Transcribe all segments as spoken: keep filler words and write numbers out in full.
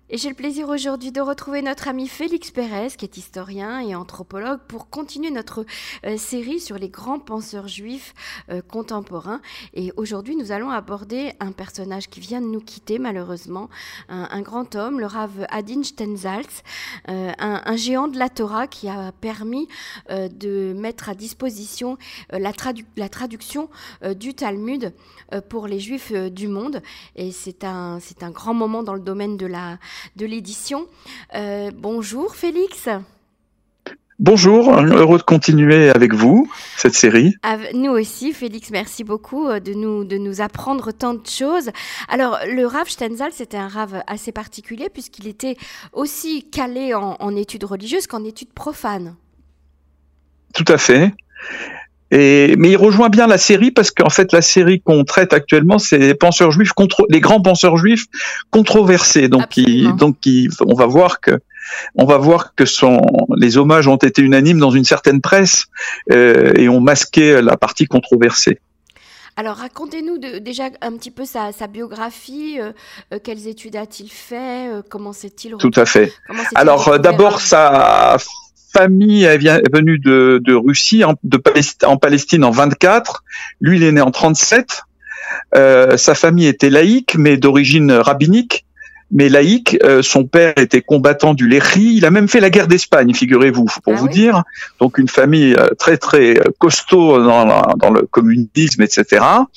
Et j'ai le plaisir aujourd'hui de retrouver notre ami Félix Pérez, qui est historien et anthropologue, pour continuer notre euh, série sur les grands penseurs juifs euh, contemporains. Et aujourd'hui, nous allons aborder un personnage qui vient de nous quitter, malheureusement, un, un grand homme, le Rav Adin Steinsaltz, euh, un, un géant de la Torah qui a permis euh, de mettre à disposition euh, la, tradu- la traduction euh, du Talmud euh, pour les Juifs euh, du monde. Et c'est un, c'est un grand moment dans le domaine de la de l'édition. Euh, bonjour Félix. Bonjour, heureux de continuer avec vous cette série. Nous aussi, Félix, merci beaucoup de nous, de nous apprendre tant de choses. Alors, le Rav Steinsaltz, c'était un Rav assez particulier puisqu'il était aussi calé en, en études religieuses qu'en études profanes. Tout à fait. Et, mais il rejoint bien la série parce qu'en fait la série qu'on traite actuellement c'est les penseurs juifs contre les grands penseurs juifs controversés. Donc, il, donc il, on va voir que on va voir que son, les hommages ont été unanimes dans une certaine presse euh, et ont masqué la partie controversée. Alors, racontez-nous de, déjà un petit peu sa, sa biographie, euh, euh, quelles études a-t-il fait, euh, comment s'est-il... Tout à fait. Alors, euh, d'abord, sa famille est venue de, de Russie, en, de Palestine, en Palestine en vingt-quatre. Lui, il est né en trente-sept. Euh, sa famille était laïque, mais d'origine rabbinique. Mais laïque, euh, son père était combattant du Lehi. Il a même fait la guerre d'Espagne, figurez-vous, pour ah vous oui dire. Donc une famille euh, très très costaud dans, la, dans le communisme, et cetera.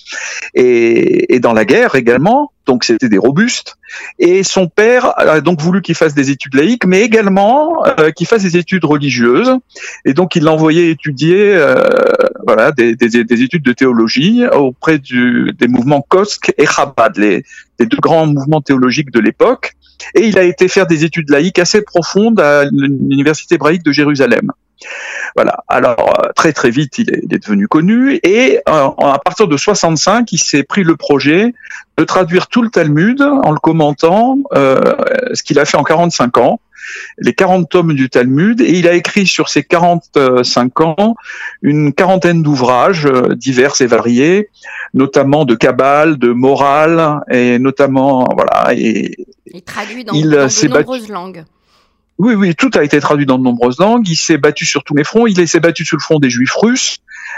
Et, et dans la guerre également. Donc c'était des robustes. Et son père a donc voulu qu'il fasse des études laïques, mais également euh, qu'il fasse des études religieuses. Et donc il l'a envoyé étudier euh, voilà, des, des, des études de théologie auprès du, des mouvements Kosk et Chabad, les, les deux grands mouvements théologiques de l'époque. Et il a été faire des études laïques assez profondes à l'université hébraïque de Jérusalem. Voilà. Alors très très vite, il est, il est devenu connu et euh, à partir de soixante-cinq, il s'est pris le projet de traduire tout le Talmud en le commentant, euh, ce qu'il a fait en quarante-cinq ans, les quarante tomes du Talmud, et il a écrit sur ces quarante-cinq ans une quarantaine d'ouvrages euh, divers et variés, notamment de Kabbale, de morale, et notamment voilà. Et il traduit dans, il dans de nombreuses battu... langues. Oui, oui, tout a été traduit dans de nombreuses langues. Il s'est battu sur tous les fronts. Il s'est battu sur le front des Juifs russes.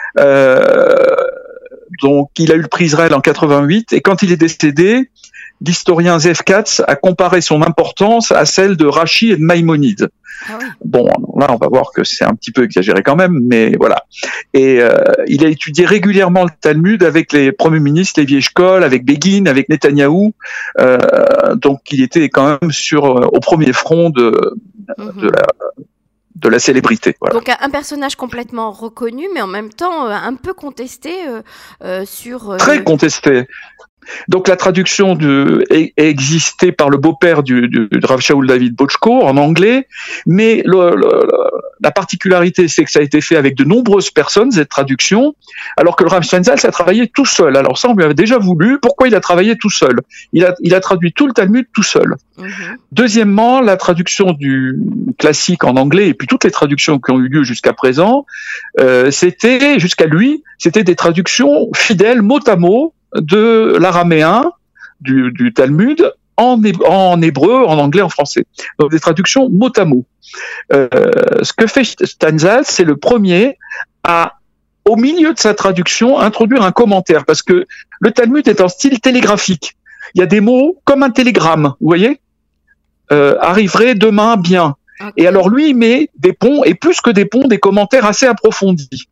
Euh, donc, il a eu le prix Israël en quatre-vingt-huit. Et quand il est décédé, l'historien Zev Katz a comparé son importance à celle de Rashi et de Maïmonide. Ah oui. Bon, là, on va voir que c'est un petit peu exagéré quand même, mais voilà. Et euh, il a étudié régulièrement le Talmud avec les premiers ministres, Lévi Eshkol, avec Begin, avec Netanyahou. Euh, donc, il était quand même sur euh, au premier front de, mm-hmm. de la de la célébrité. Voilà. Donc un personnage complètement reconnu, mais en même temps euh, un peu contesté euh, euh, sur... Euh, Très contesté. Donc la traduction de, est, est existée par le beau-père du, du, du Rav Shaul David Bochko en anglais, mais le, le, la particularité c'est que ça a été fait avec de nombreuses personnes, cette traduction, alors que le Rav Steinsaltz a travaillé tout seul. Alors ça on lui avait déjà voulu, pourquoi il a travaillé tout seul ? Il a, il a traduit tout le Talmud tout seul. Mm-hmm. Deuxièmement, la traduction du classique en anglais, et puis toutes les traductions qui ont eu lieu jusqu'à présent, euh, c'était, jusqu'à lui, c'était des traductions fidèles mot à mot de l'araméen, du, du Talmud, en, hébreu, en hébreu, en anglais, en français. Donc des traductions mot à mot. Euh, ce que fait Steinsaltz, c'est le premier à, au milieu de sa traduction, introduire un commentaire, parce que le Talmud est en style télégraphique. Il y a des mots comme un télégramme, vous voyez, euh, arriverait demain bien. Okay. Et alors lui, il met des ponts, et plus que des ponts, des commentaires assez approfondis.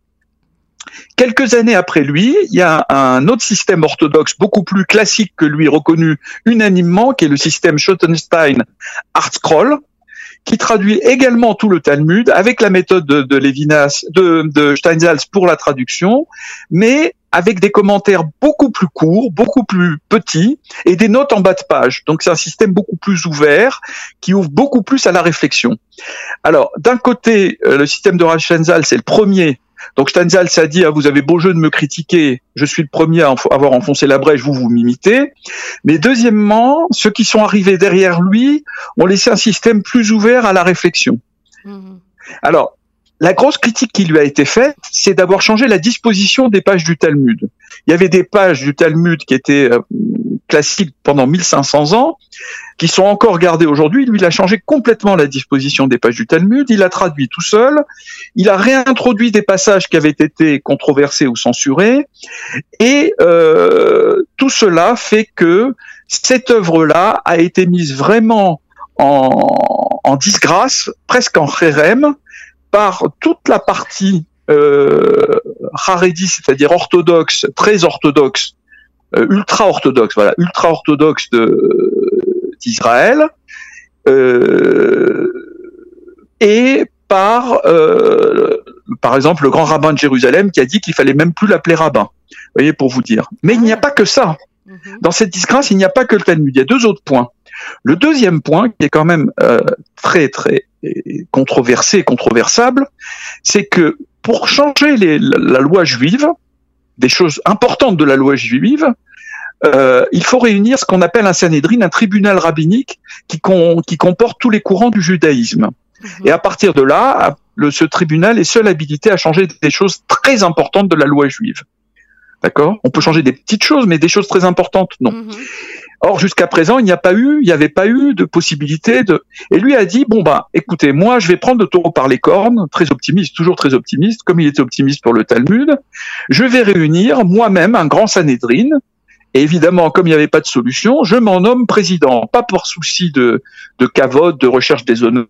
Quelques années après lui, il y a un autre système orthodoxe beaucoup plus classique que lui, reconnu unanimement, qui est le système Schottenstein ArtScroll, qui traduit également tout le Talmud avec la méthode de, de Lévinas, de, de Steinsaltz pour la traduction, mais avec des commentaires beaucoup plus courts, beaucoup plus petits, et des notes en bas de page. Donc c'est un système beaucoup plus ouvert, qui ouvre beaucoup plus à la réflexion. Alors, d'un côté, le système de Rav Steinsaltz, c'est le premier. Donc Steinsaltz a dit ah, vous avez beau jeu de me critiquer, je suis le premier à enf- avoir enfoncé la brèche, vous vous m'imitez. Mais deuxièmement, ceux qui sont arrivés derrière lui ont laissé un système plus ouvert à la réflexion. Mmh. Alors, la grosse critique qui lui a été faite, c'est d'avoir changé la disposition des pages du Talmud. Il y avait des pages du Talmud qui étaient euh, classiques pendant mille cinq cents ans, qui sont encore gardés aujourd'hui. Lui, il a changé complètement la disposition des pages du Talmud, il a traduit tout seul, il a réintroduit des passages qui avaient été controversés ou censurés, et euh, tout cela fait que cette œuvre-là a été mise vraiment en, en disgrâce, presque en chérem, par toute la partie euh, Haredi, c'est-à-dire orthodoxe, très orthodoxe, euh, ultra-orthodoxe, voilà, ultra-orthodoxe de, d'Israël, euh, et par, euh, par exemple, le grand rabbin de Jérusalem qui a dit qu'il fallait même plus l'appeler rabbin. Vous voyez, pour vous dire. Mais il n'y a pas que ça. Dans cette disgrâce, il n'y a pas que le Talmud. Il y a deux autres points. Le deuxième point, qui est quand même euh, très très controversé, controversable, c'est que pour changer les, la, la loi juive, des choses importantes de la loi juive, euh, il faut réunir ce qu'on appelle un Sanhédrin, un tribunal rabbinique qui, con, qui comporte tous les courants du judaïsme. Mmh. Et à partir de là, le, ce tribunal est seul habilité à changer des choses très importantes de la loi juive. D'accord ? On peut changer des petites choses, mais des choses très importantes, non. Mmh. Or, jusqu'à présent, il n'y a pas eu, il n'y avait pas eu de possibilité de. Et lui a dit bon bah, écoutez, moi, je vais prendre le taureau par les cornes, très optimiste, toujours très optimiste, comme il était optimiste pour le Talmud. Je vais réunir moi-même un grand Sanhédrin. Et évidemment, comme il n'y avait pas de solution, je m'en nomme président, pas pour souci de de cavote, de recherche des honneurs.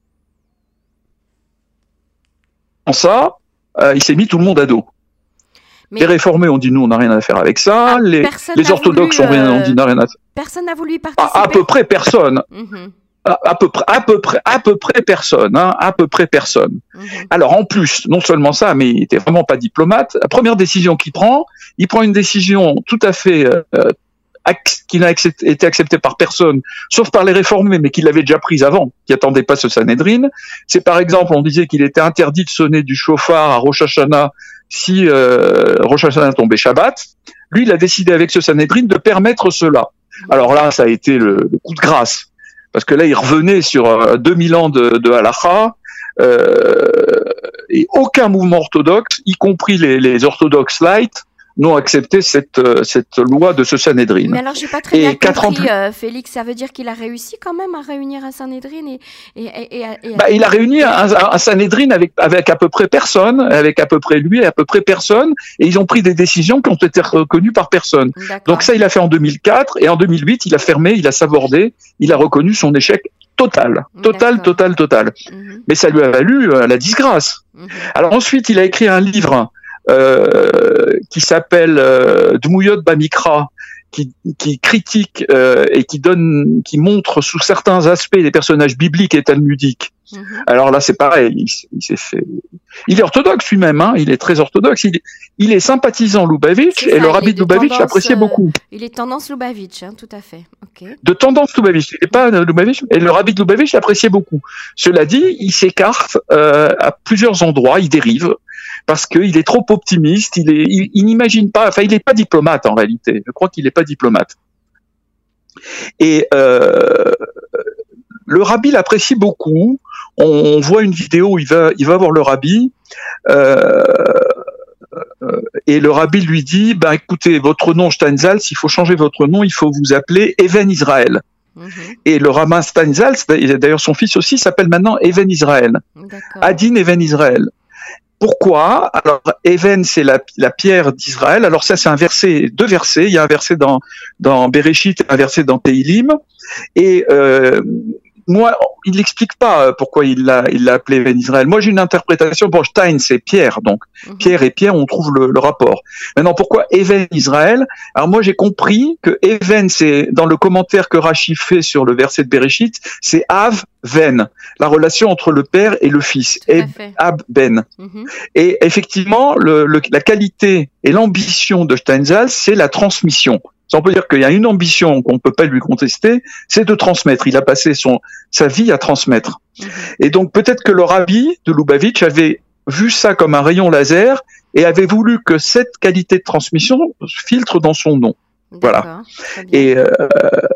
En ça, euh, il s'est mis tout le monde à dos. Mais les réformés ont dit nous on n'a rien à faire avec ça, ah, les, les orthodoxes voulu, ont rien, euh, ont dit n'a rien à faire. Personne n'a voulu y participer. À, à peu près personne. Mm-hmm. À, à peu près, à peu près, à peu près personne. Hein, à peu près personne. Mm-hmm. Alors en plus, non seulement ça, mais il était vraiment pas diplomate. La première décision qu'il prend, il prend une décision tout à fait euh, ac- qui n'a accepté, été acceptée par personne, sauf par les réformés, mais qu'il avait déjà prise avant, qui attendaient pas ce Sanhédrin. C'est par exemple, on disait qu'il était interdit de sonner du chauffard à Rosh Hashanah si euh, Rosh Hashanah tombait Shabbat. Lui, il a décidé avec ce Sanhédrin de permettre cela. Alors là, ça a été le, le coup de grâce, parce que là, il revenait sur euh, deux mille ans de, de halakha, euh, et aucun mouvement orthodoxe, y compris les, les orthodoxes light, n'ont accepté cette, cette loi de ce Sanhédrin. Mais alors, j'ai pas très bien compris, plus... euh, Félix, ça veut dire qu'il a réussi quand même à réunir un Sanhédrin et, et, et, et, et bah, il a réuni un, un Sanhédrin avec, avec à peu près personne, avec à peu près lui et à peu près personne, et ils ont pris des décisions qui ont été reconnues par personne. D'accord. Donc ça, il a fait en deux mille quatre, et en deux mille huit, il a fermé, il a sabordé, il a reconnu son échec total, total, D'accord. total, total. Mm-hmm. Mais ça lui a valu euh, la disgrâce. Mm-hmm. Alors ensuite, il a écrit un livre Euh, qui s'appelle euh, Dmouyot Bamikra, qui, qui critique euh, et qui donne, qui montre sous certains aspects les personnages bibliques et talmudiques. Mm-hmm. Alors là, c'est pareil, il, il s'est fait. Il est orthodoxe lui-même, hein, il est très orthodoxe. Il, il est sympathisant Lubavitch et ça, le rabbi de Lubavitch l'appréciait euh, beaucoup. Il est tendance Lubavitch, hein, tout à fait. Okay. De tendance Lubavitch, il n'est pas euh, Lubavitch, et le rabbi de Lubavitch l'appréciait beaucoup. Cela dit, il s'écarte euh, à plusieurs endroits, il dérive. Parce qu'il est trop optimiste, il, est, il, il n'imagine pas, enfin il n'est pas diplomate en réalité, je crois qu'il n'est pas diplomate. Et euh, le rabbi l'apprécie beaucoup, on voit une vidéo où il va, il va voir le rabbi, euh, et le rabbi lui dit, ben écoutez, votre nom Steinsaltz, il faut changer votre nom, il faut vous appeler Even Israël. Mm-hmm. Et le rabbin Steinsaltz, d'ailleurs son fils aussi, s'appelle maintenant Even Israël. D'accord. Adin Even Israël. Pourquoi ? Alors, Even, c'est la, la pierre d'Israël. Alors ça, c'est un verset, deux versets. Il y a un verset dans, dans Bereshit et un verset dans Tehillim. Et euh, moi, il n'explique pas pourquoi il l'a, il l'a appelé Even Israël. Moi, j'ai une interprétation. Bon, Stein, c'est pierre, donc mm-hmm. pierre et pierre, on trouve le, le rapport. Maintenant, pourquoi Even Israël ? Alors moi, j'ai compris que Even, c'est dans le commentaire que Rashi fait sur le verset de Bereshit, c'est Av Ven, la relation entre le père et le fils, Ab Ben. Mm-hmm. Et effectivement, le, le, la qualité et l'ambition de Steinsaltz, c'est la transmission. Ça, on peut dire qu'il y a une ambition qu'on ne peut pas lui contester, c'est de transmettre. Il a passé son, sa vie à transmettre. Mmh. Et donc peut-être que le rabbi de Lubavitch avait vu ça comme un rayon laser et avait voulu que cette qualité de transmission filtre dans son nom. D'accord, voilà. Et, euh,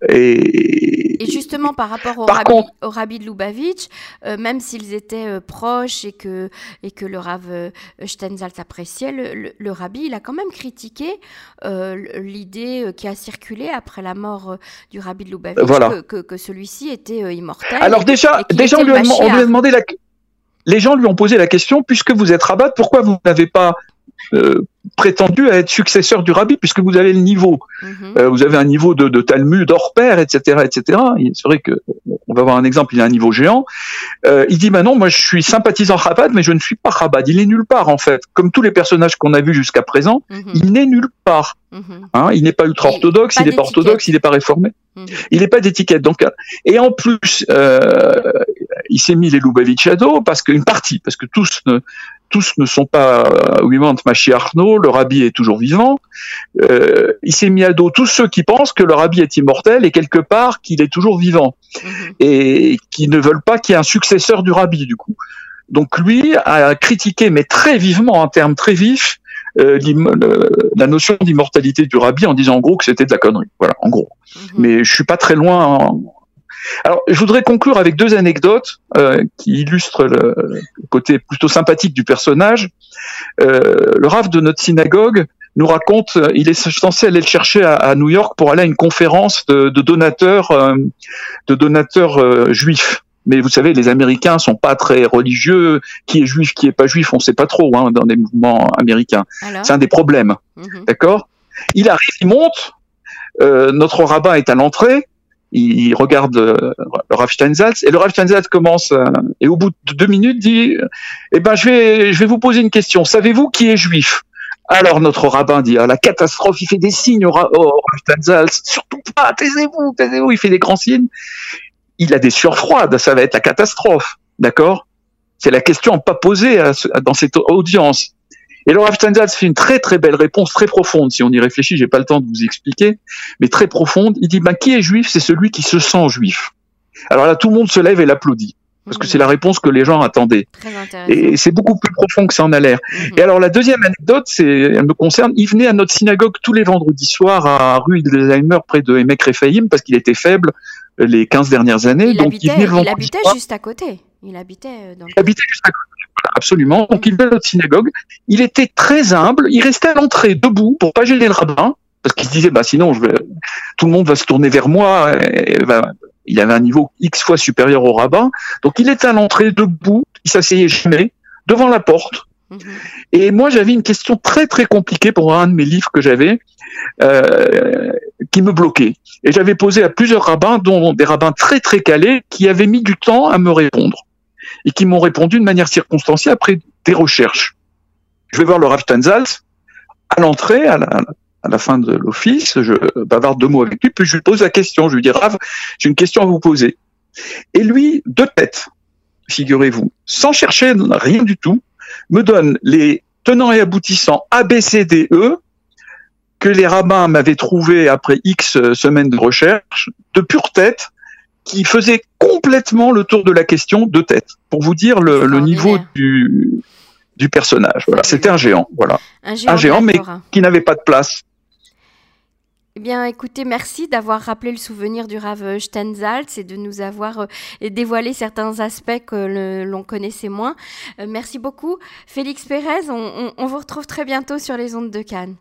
et, et justement, par rapport au, par rabbi, contre, au rabbi de Lubavitch, euh, même s'ils étaient euh, proches et que, et que le Rav euh, Steinsaltz appréciait, le, le, le rabbi, il a quand même critiqué euh, l'idée euh, qui a circulé après la mort euh, du rabbi de Lubavitch, voilà. que, que, que celui-ci était euh, immortel. Alors et, déjà, et déjà on, lui a, on lui a demandé la... Les gens lui ont posé la question, puisque vous êtes rabbin, pourquoi vous n'avez pas euh, prétendu à être successeur du rabbi, puisque vous avez le niveau, mm-hmm. euh, vous avez un niveau de, de Talmud hors pair, et cetera, et cetera. C'est vrai que on va voir un exemple, il a un niveau géant. Euh, il dit, bah non, moi je suis sympathisant Chabad, mais je ne suis pas Chabad. Il est nulle part en fait. Comme tous les personnages qu'on a vus jusqu'à présent, mm-hmm. il n'est nulle part. Mm-hmm. Hein, il n'est pas ultra orthodoxe, il n'est pas orthodoxe, il n'est pas réformé. Mm-hmm. Il n'est pas d'étiquette. Donc, et en plus, euh, il s'est mis les Lubavitch à dos parce qu'une partie, parce que tous ne tous ne sont pas euh, Wimant Mashiachno, le rabbi est toujours vivant. Euh, il s'est mis à dos tous ceux qui pensent que le rabbi est immortel et quelque part qu'il est toujours vivant mmh. et qui ne veulent pas qu'il y ait un successeur du rabbi du coup. Donc lui a critiqué, mais très vivement, en termes très vifs, euh, la notion d'immortalité du rabbi en disant en gros que c'était de la connerie. Voilà, en gros. Mmh. Mais je suis pas très loin. En... Alors, je voudrais conclure avec deux anecdotes euh, qui illustrent le, le côté plutôt sympathique du personnage. Euh, le Rav de notre synagogue nous raconte, il est censé aller le chercher à, à New York pour aller à une conférence de, de donateurs, euh, de donateurs euh, juifs. Mais vous savez, les Américains sont pas très religieux. Qui est juif, qui est pas juif, on sait pas trop hein, dans les mouvements américains. Alors c'est un des problèmes. Mm-hmm. D'accord ? Il arrive, il monte. Euh, notre rabbin est à l'entrée. Il regarde euh, le Rav Steinsaltz et le Rav Steinsaltz commence euh, et au bout de deux minutes dit eh ben je vais je vais vous poser une question. Savez-vous qui est juif? Alors notre rabbin dit ah, la catastrophe, il fait des signes au, Ra- au Rav Steinsaltz, surtout pas, taisez-vous, taisez-vous, il fait des grands signes. Il a des sueurs froides, ça va être la catastrophe, d'accord? C'est la question pas posée à, à, dans cette audience. Et le Rav Steinsaltz fait une très très belle réponse, très profonde. Si on y réfléchit, j'ai pas le temps de vous expliquer, mais très profonde. Il dit, ben, qui est juif? C'est celui qui se sent juif. Alors là, tout le monde se lève et l'applaudit. Parce mmh. que c'est la réponse que les gens attendaient. Et c'est beaucoup plus profond que ça en a l'air. Mmh. Et alors la deuxième anecdote, c'est, elle me concerne, il venait à notre synagogue tous les vendredis soirs à rue d'Alzheimer près de Emek Rephaïm parce qu'il était faible les quinze dernières années. Il donc habitait, il venait le il habitait soir. juste à côté. Il habitait dans le... Il habitait juste à côté. Absolument. Donc il venait à notre synagogue. Il était très humble. Il restait à l'entrée debout pour pas gêner le rabbin parce qu'il se disait bah sinon je vais... tout le monde va se tourner vers moi. Et va... Il avait un niveau X fois supérieur au rabbin. Donc il était à l'entrée debout. Il s'asseyait jamais devant la porte. Mmh. Et moi j'avais une question très très compliquée pour un de mes livres que j'avais euh, qui me bloquait. Et j'avais posé à plusieurs rabbins, dont des rabbins très très calés, qui avaient mis du temps à me répondre. Et qui m'ont répondu de manière circonstanciée après des recherches. Je vais voir le Rav Steinsaltz à l'entrée, à la, à la fin de l'office, je bavarde deux mots avec lui, puis je lui pose la question. Je lui dis, Rav, j'ai une question à vous poser. Et lui, de tête, figurez-vous, sans chercher rien du tout, me donne les tenants et aboutissants A, B, C, D, E, que les rabbins m'avaient trouvé après X semaines de recherche, de pure tête, qui faisait complètement le tour de la question de tête, pour vous dire le, le niveau du, du personnage. Voilà, c'était un géant, voilà. Un géant, un géant mais qui n'avait pas de place. Eh bien, écoutez, merci d'avoir rappelé le souvenir du Rav Steinsaltz et de nous avoir euh, dévoilé certains aspects que le, l'on connaissait moins. Euh, merci beaucoup. Félix Pérez, on, on, on vous retrouve très bientôt sur les ondes de Cannes.